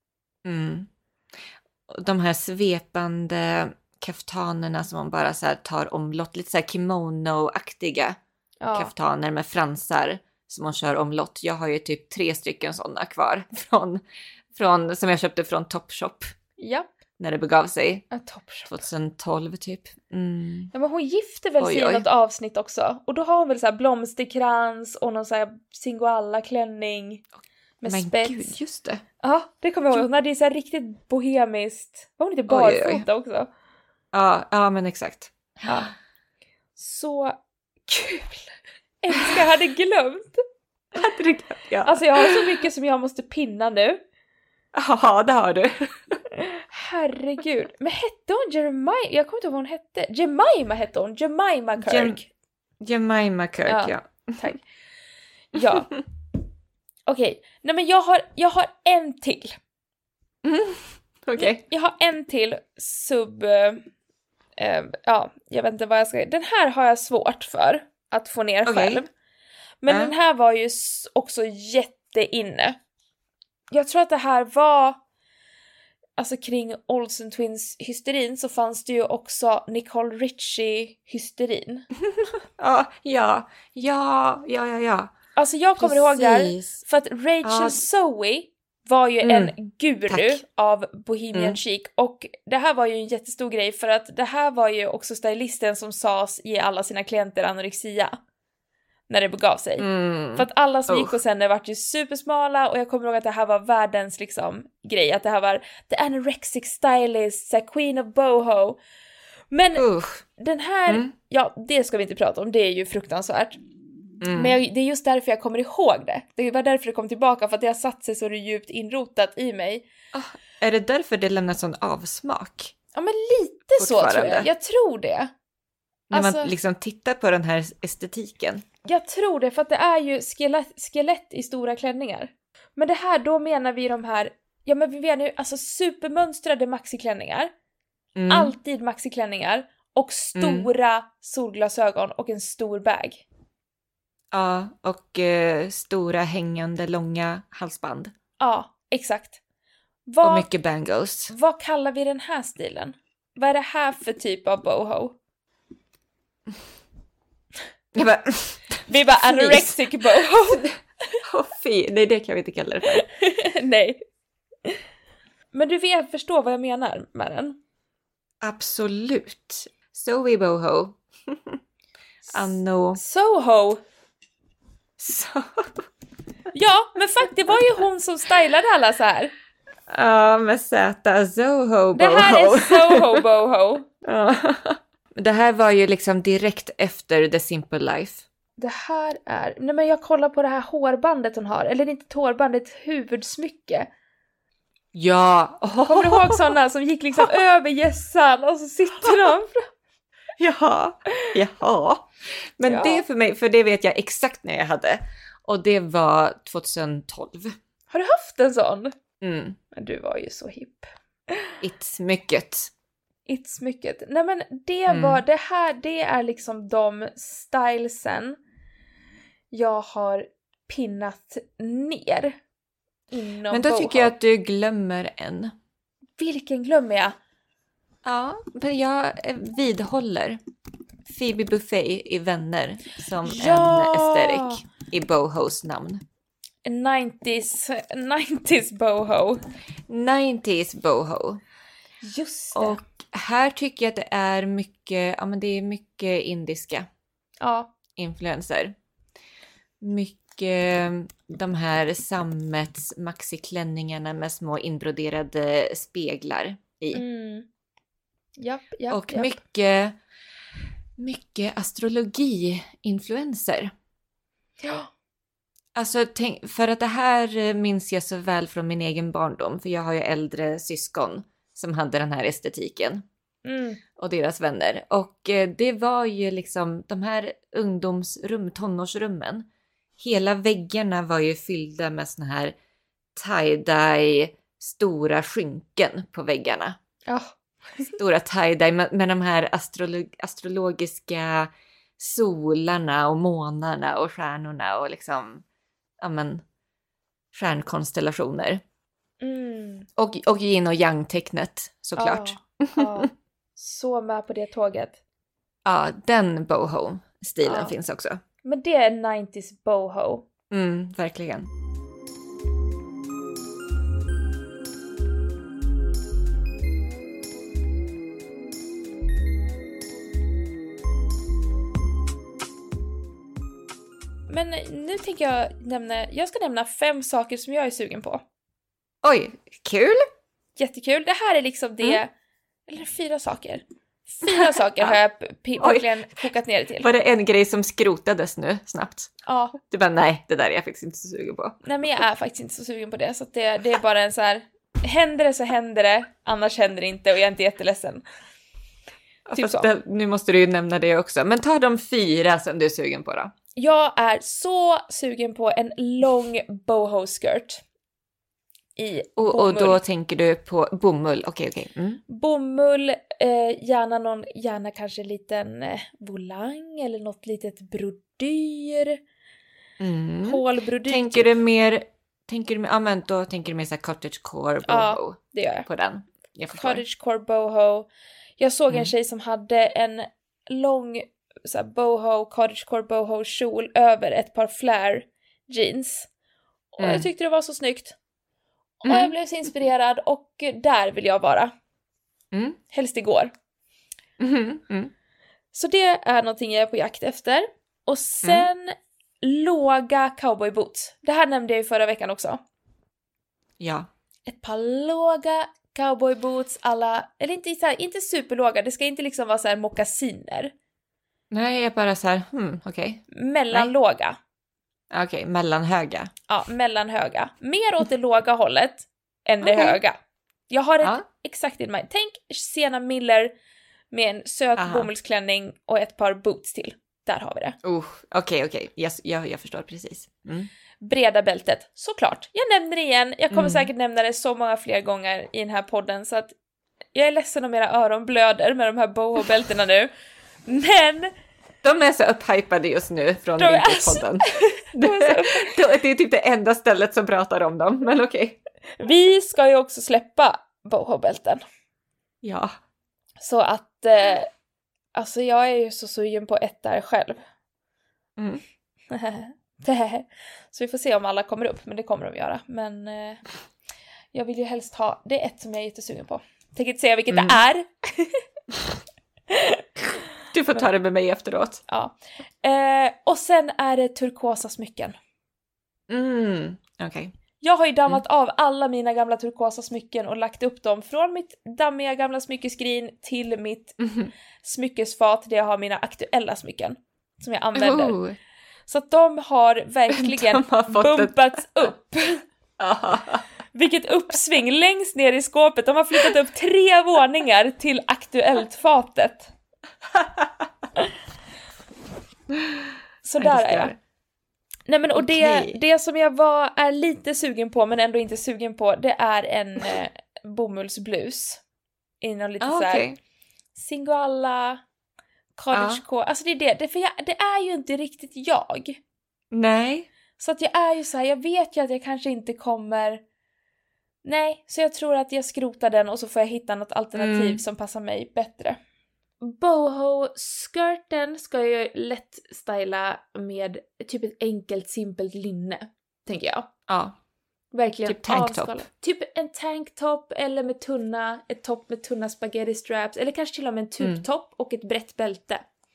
De här svepande kaftanerna som man bara så här tar omlott, lite så här kimono-aktiga kaftaner med fransar som man kör omlott. Jag har ju typ 3 stycken sådana kvar från som jag köpte från Topshop. Ja. När det begav sig. 2012 typ. Ja, men hon gifte väl sig i något avsnitt också. Och då har hon väl så här blomsterkrans och någon så här singoalla-klänning med spets. Men gud, just det. Ja, det kommer jag ihåg. Hon hade så här riktigt bohemiskt. Var hon lite barfota också? Ja, men exakt. Ja. Så kul. Älskar, jag hade glömt. Ja. Alltså jag har så mycket som jag måste pinna nu. Ja, det har du. Herregud. Men hette hon Jeremiah? Jag kommer inte ihåg vad hon hette. Jemima hette hon. Jemima Kirk. Jemima Kirk, ja. Tack. Ja. Okej. Nej men jag har en till. Okej. Jag har en till jag vet inte vad jag ska... Den här har jag svårt för att få ner själv. Men den här var ju också jätteinne. Jag tror att det här var... Alltså kring Olsen Twins hysterin så fanns det ju också Nicole Richie hysterin. Ja. Alltså jag kommer ihåg det här, för att Rachel Zoe var ju en guru av Bohemian Chic, och det här var ju en jättestor grej för att det här var ju också stylisten som sades ge alla sina klienter anorexia när det begav sig. För att alla som gick hos henne var ju supersmala, och jag kommer ihåg att det här var världens liksom grej, att det här var the anorexic stylist, queen of boho. Men den här, det ska vi inte prata om, det är ju fruktansvärt. Men det är just därför jag kommer ihåg det. Det var därför det kom tillbaka, för att det har satt sig så djupt inrotat i mig. Är det därför det lämnar sån avsmak? Ja, men lite så tror jag. Jag tror det. När man liksom tittar på den här estetiken. Jag tror det, för att det är ju skelett i stora klänningar. Men det här, då menar vi de här, ja men vi menar ju alltså supermönstrade maxiklänningar. Alltid maxiklänningar. Och stora solglasögon och en stor bag. Ja, och stora hängande långa halsband. Ja, exakt. Och mycket bangles. Vad kallar vi den här stilen? Vad är det här för typ av boho? Vi bara anorexic boho. Fy, nej det kan vi inte kalla det för. Nej. Men du förstår vad jag menar med den? Absolut. Zoe boho. Anno. Soho. Ja, men faktiskt det var ju hon som stylade alla så här. Ja, med Z. Soho boho. Det här är Soho boho. Det här var ju liksom direkt efter The Simple Life. Det här är... Nej, men jag kollar på det här hårbandet hon har. Eller inte ett hårband, ett huvudsmycke. Ja. Kommer du ihåg sådana som gick liksom över gässan och så sitter de? Jaha. Men det för mig, för det vet jag exakt när jag hade. Och det var 2012. Har du haft en sån? Men du var ju så hipp. It's-smycket. Nej men det var det här, det är liksom de stylesen jag har pinnat ner inom Men då boho. tycker jag att du glömmer en. Vilken glömmer jag? Ja, men jag vidhåller Phoebe Buffay i Vänner som en aesthetic i bohos namn. 90s boho. 90s boho. Just det. Och här tycker jag att det är mycket, ja men det är mycket indiska influenser. Mycket de här sammets maxiklänningarna med små inbroderade speglar i. Japp. Och mycket astrologi-influenser. Ja. Alltså, för att det här minns jag så väl från min egen barndom. För jag har ju äldre syskon som hade den här estetiken. Och deras vänner. Och det var ju liksom de här tonårsrummen. Hela väggarna var ju fyllda med såna här tie-dye stora skynken på väggarna. Ja. Stora tie-dye med de här astrologiska solarna och månarna och stjärnorna och liksom, ja men, stjärnkonstellationer. Och yin och yang-tecknet såklart. Ja. Så med på det tåget. Ja, den boho-stilen finns också. Men det är 90s boho. Verkligen. Men nu tänker jag ska nämna 5 saker som jag är sugen på. Oj, kul! Jättekul. Det här är liksom det, eller 4 saker. 4 saker har jag verkligen kokat ner det till. Var det en grej som skrotades nu snabbt? Ja. Du bara, nej, det där är jag faktiskt inte så sugen på. Nej, men jag är faktiskt inte så sugen på det. Så att det är bara en så här, händer det så händer det, annars händer det inte och jag är inte jätteledsen. Typ så. Nu måste du ju nämna det också. Men ta de 4 som du är sugen på då. Jag är så sugen på en lång boho-skirt. I bomull. Och då tänker du på bomull, okej. Bomull, gärna kanske en liten volang eller något litet brodyr. Hålbrodyr. Tänker du mer, men då tänker du mer så här cottagecore boho. Ja, det gör jag. På den. Jag förstår. Cottagecore boho. Jag såg en tjej som hade en lång så här cottagecore boho kjol över ett par flare jeans. Och jag tyckte det var så snyggt. Och jag blev så inspirerad och där vill jag vara. Helst igår. Så det är någonting jag är på jakt efter. Och sen låga cowboyboots. Det här nämnde jag ju förra veckan också. Ja. Ett par låga cowboyboots alla, eller inte superlåga. Det ska inte liksom vara så här mockasiner. Nej, jag är bara så här, okej. Mellanlåga. Okej, mellanhöga. Ja, mellanhöga. Mer åt det låga hållet än det höga. Jag har ett exakt in mig. Tänk Sienna Miller med en söt bomullsklänning och ett par boots till. Där har vi det. Okej. Jag förstår precis. Breda bältet, såklart. Jag nämner det igen. Jag kommer säkert nämna det så många fler gånger i den här podden så att jag är ledsen om era öron blöder med de här boho-bältena nu. Men de är så upphypade just nu från Vinterpodden. Det är typ det enda stället som pratar om dem, men okej. Vi ska ju också släppa boho-bälten. Ja. Så att alltså jag är ju så sugen på ett där själv. Så vi får se om alla kommer upp, men det kommer de göra. Men jag vill ju helst ha, det är ett som jag är jättesugen på. Tänker inte säga vilket det är. Du får ta det med mig efteråt. Ja. Och sen är det turkosa smycken. Okej. Jag har ju dammat av alla mina gamla turkosa smycken och lagt upp dem från mitt dammiga gamla smyckeskrin till mitt smyckesfat där jag har mina aktuella smycken som jag använder. Så att de har verkligen bumpats upp. Vilket uppsving längst ner i skåpet. De har flyttat upp 3 våningar till aktuellt fatet. Så där är jag. Nej men och det som jag är lite sugen på men ändå inte sugen på, det är en bomullsblus. I någon lite så här Singoalla cottagecore. Alltså det är det. För det är ju inte riktigt jag. Nej. Så att jag är ju så här, jag vet ju att jag kanske inte kommer. Nej, så jag tror att jag skrotar den och så får jag hitta något alternativ som passar mig bättre. Boho-skirten ska jag lätt styla med typ ett enkelt, simpelt linne, tänker jag. Ja. Verkligen typ tanktop. Typ en tanktop eller med ett topp med tunna spaghetti straps. Eller kanske till och med en tubtopp och ett brett bälte.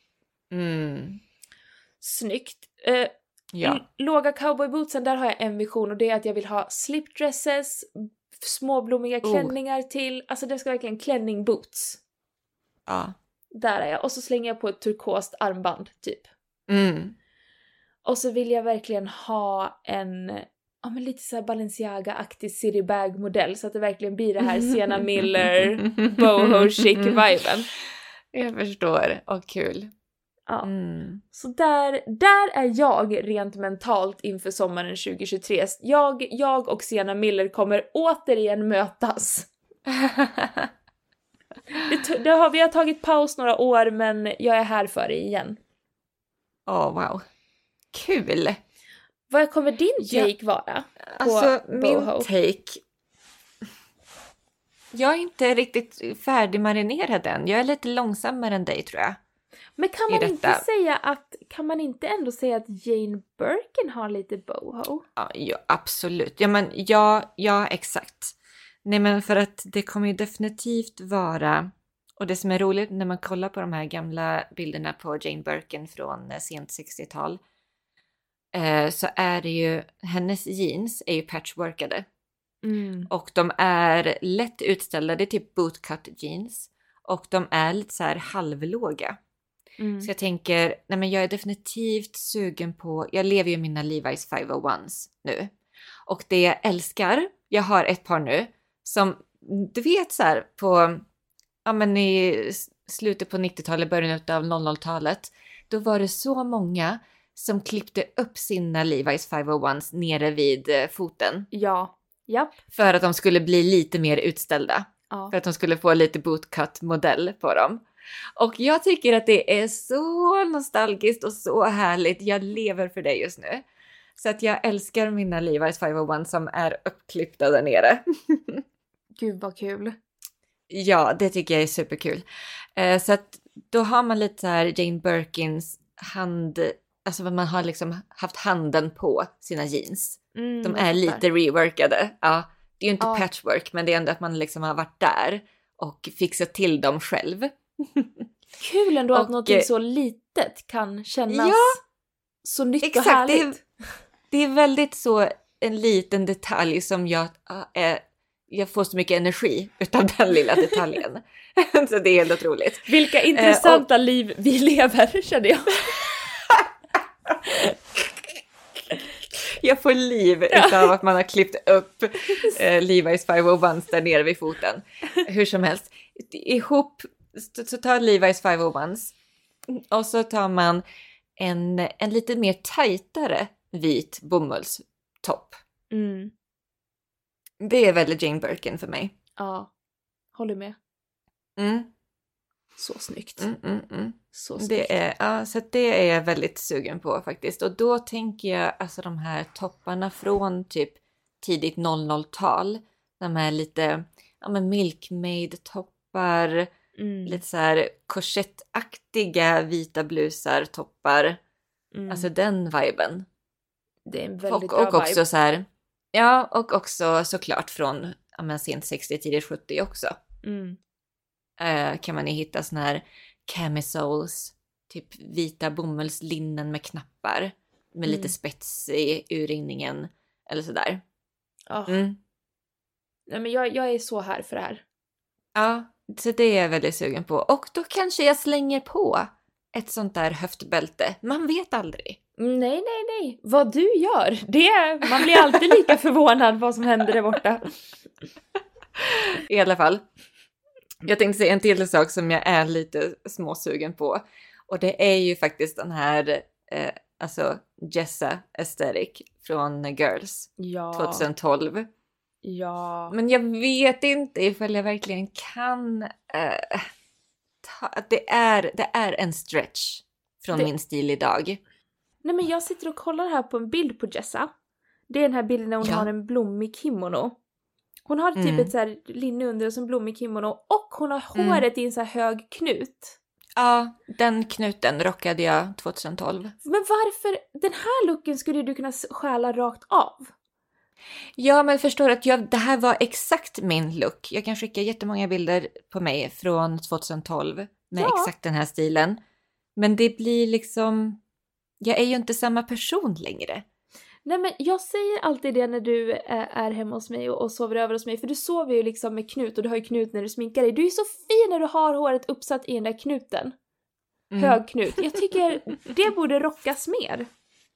Snyggt. Låga cowboybootsen, där har jag en vision och det är att jag vill ha slipdresses, småblommiga klänningar till. Alltså det ska verkligen klänningboots. Ja. Där är jag. Och så slänger jag på ett turkost armband, typ. Och så vill jag verkligen ha en men lite så här Balenciaga-aktig city bag-modell. Så att det verkligen blir det här Sienna Miller, boho chic-viben. Jag förstår. Kul. Ja. Så där är jag rent mentalt inför sommaren 2023. Jag och Sienna Miller kommer återigen mötas. Vi har tagit paus några år, men jag är här för det igen. Wow. Kul! Vad kommer din take vara på alltså, boho? Min take... Jag är inte riktigt färdigmarinerad än. Jag är lite långsammare än dig, tror jag. Men kan man inte ändå säga att Jane Birkin har lite boho? Ja, absolut. Ja, exakt. Nej, men för att det kommer ju definitivt vara, och det som är roligt när man kollar på de här gamla bilderna på Jane Birkin från sent 60-tal, så är det ju, hennes jeans är ju patchworkade. Och de är lätt utställda, det är typ bootcut jeans. Och de är lite så här halvlåga. Så jag tänker, nej men jag är definitivt sugen på, jag lever ju mina Levi's 501s nu. Och det jag älskar, jag har ett par nu, som du vet så här på, i slutet på 90-talet, början av 00-talet, då var det så många som klippte upp sina Levi's 501s nere vid foten. Ja. Japp. För att de skulle bli lite mer utställda. Ja. För att de skulle få lite bootcut-modell på dem. Och jag tycker att det är så nostalgiskt och så härligt. Jag lever för det just nu. Så att jag älskar mina Levi's 501 som är uppklippta där nere. Gud vad kul. Ja, det tycker jag är superkul. Så att då har man lite så här Jane Birkins hand... Alltså man har liksom haft handen på sina jeans. De är lite reworkade. Ja, det är ju inte patchwork, men det är ändå att man liksom har varit där och fixat till dem själv. Kul ändå att något så litet kan kännas så nytt och härligt. Det är väldigt så en liten detalj som jag får så mycket energi utav den lilla detaljen. Så det är helt otroligt. Vilka intressanta liv vi lever, känner jag. Jag får liv utav att man har klippt upp Levi's 501s där nere vid foten. Hur som helst. Ihop så tar Levi's 501s och så tar man en lite mer tajtare vit bomullstopp. Mm. Det är väldigt Jane Birkin för mig. Ja, håller med. Mm. Så snyggt. Så snyggt. Det är, ja, så det är jag väldigt sugen på faktiskt. Och då tänker jag alltså de här topparna från typ tidigt 00-tal. De här lite milkmaid-toppar. Lite så här korsettaktiga vita blusar, toppar. Alltså den viben. Det är en väldigt bra och också vibe. Så här, ja, och också såklart från sent 60, tidigt 70 också. Kan man ju hitta såna här camisoles, typ vita bomullslinnen med knappar med lite spets i urringningen eller sådär. Nej, men jag är så här för det här. Ja, så det är jag väldigt sugen på. Och då kanske jag slänger på ett sånt där höftbälte. Man vet aldrig. Nej. Vad du gör, man blir alltid lika förvånad vad som händer där borta. I alla fall. Jag tänkte säga en till sak som jag är lite småsugen på. Och det är ju faktiskt den här Jessa Aesthetic från Girls 2012. Ja. Men jag vet inte ifall jag verkligen kan det är en stretch från min stil idag. Nej, men jag sitter och kollar här på en bild på Jessa. Det är den här bilden när hon har en blommig kimono. Hon har typ ett så här linne under och så en blommig kimono. Och hon har håret i en så här hög knut. Ja, den knuten rockade jag 2012. Men varför? Den här looken skulle du kunna stjäla rakt av. Ja, men förstår att det här var exakt min look. Jag kan skicka jättemånga bilder på mig från 2012 med exakt den här stilen. Men det blir liksom... Jag är ju inte samma person längre. Nej, men jag säger alltid det när du är hemma hos mig och sover över hos mig. För du sover ju liksom med knut och du har ju knut när du sminkar dig. Du är så fin när du har håret uppsatt i den där knuten. Hög knut. Jag tycker det borde rockas mer.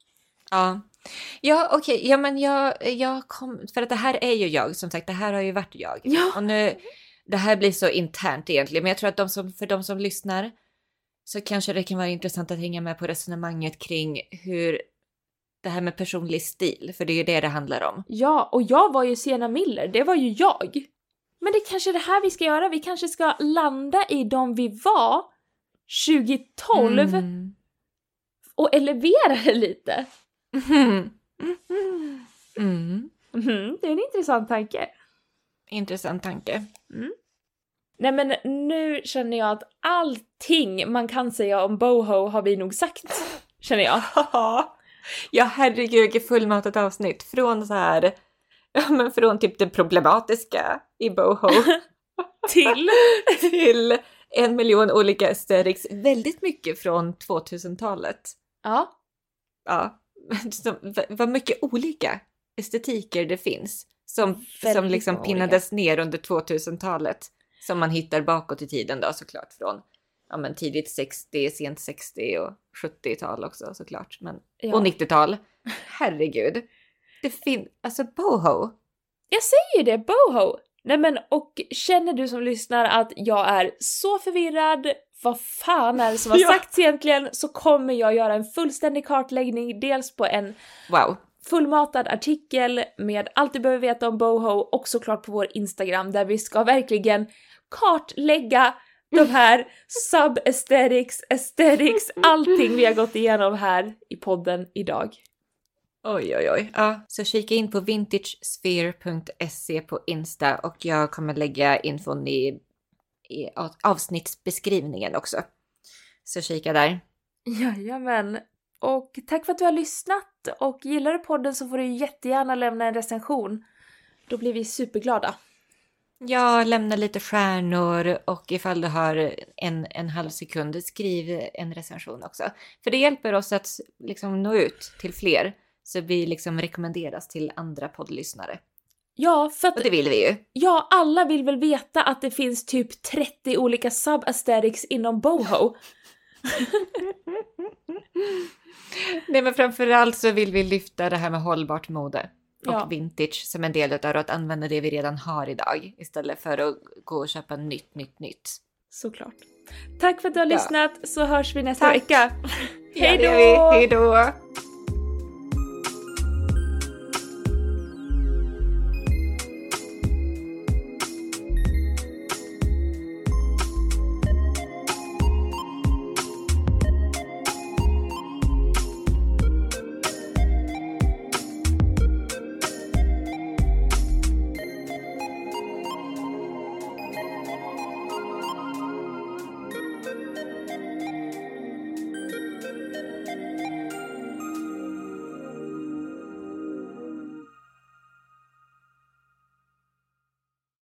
Ja, okej. Ja, men jag kom... För att det här är ju jag. Som sagt, det här har ju varit jag. Ja. Och nu... Det här blir så internt egentligen. Men jag tror att för de som lyssnar så kanske det kan vara intressant att hänga med på resonemanget kring hur det här med personlig stil. För det är ju det handlar om. Ja, och jag var ju Sienna Miller. Det var ju jag. Men det kanske är det här vi ska göra. Vi kanske ska landa i de vi var 2012 och elevera det lite. Det är en intressant tanke. Intressant tanke. Nej, men nu känner jag att allting man kan säga om boho har vi nog sagt, känner jag. Ja, herregud, vilket fullmatat avsnitt. Från så här, men från typ det problematiska i boho till 1 miljon olika aesthetics. Väldigt mycket från 2000-talet. Ja. Vad mycket olika estetiker det finns som liksom pinnades ner under 2000-talet. Som man hittar bakåt i tiden då såklart från tidigt 60, sent 60 och 70-tal också såklart. Och 90-tal. Herregud. Det finns, alltså boho. Jag säger ju det, boho. Nej, men och känner du som lyssnar att jag är så förvirrad, vad fan är det som har sagts egentligen, så kommer jag göra en fullständig kartläggning, dels på en fullmatad artikel med allt du behöver veta om boho och såklart på vår Instagram där vi ska verkligen kartlägga de här sub-aesthetics, allting vi har gått igenom här i podden idag. Oj. Ja, så kika in på vintagesphere.se på Insta och jag kommer lägga infon i avsnittsbeskrivningen också. Så kika där. Jajamän. Och tack för att du har lyssnat, och gillar du podden så får du jättegärna lämna en recension. Då blir vi superglada. Ja, lämna lite stjärnor och ifall du har en halv sekund, skriv en recension också. För det hjälper oss att liksom nå ut till fler, så vi liksom rekommenderas till andra poddlyssnare. Ja, för att... Och det vill vi ju. Ja, alla vill väl veta att det finns typ 30 olika sub-aesthetics inom boho. Nej, men framförallt så vill vi lyfta det här med hållbart mode och Ja. vintage som en del av det, att använda det vi redan har idag istället för att gå och köpa nytt. Såklart. Tack för att du har lyssnat, så hörs vi nästa Tack. vecka. Ja, Hej det gör vi. då! Hej då!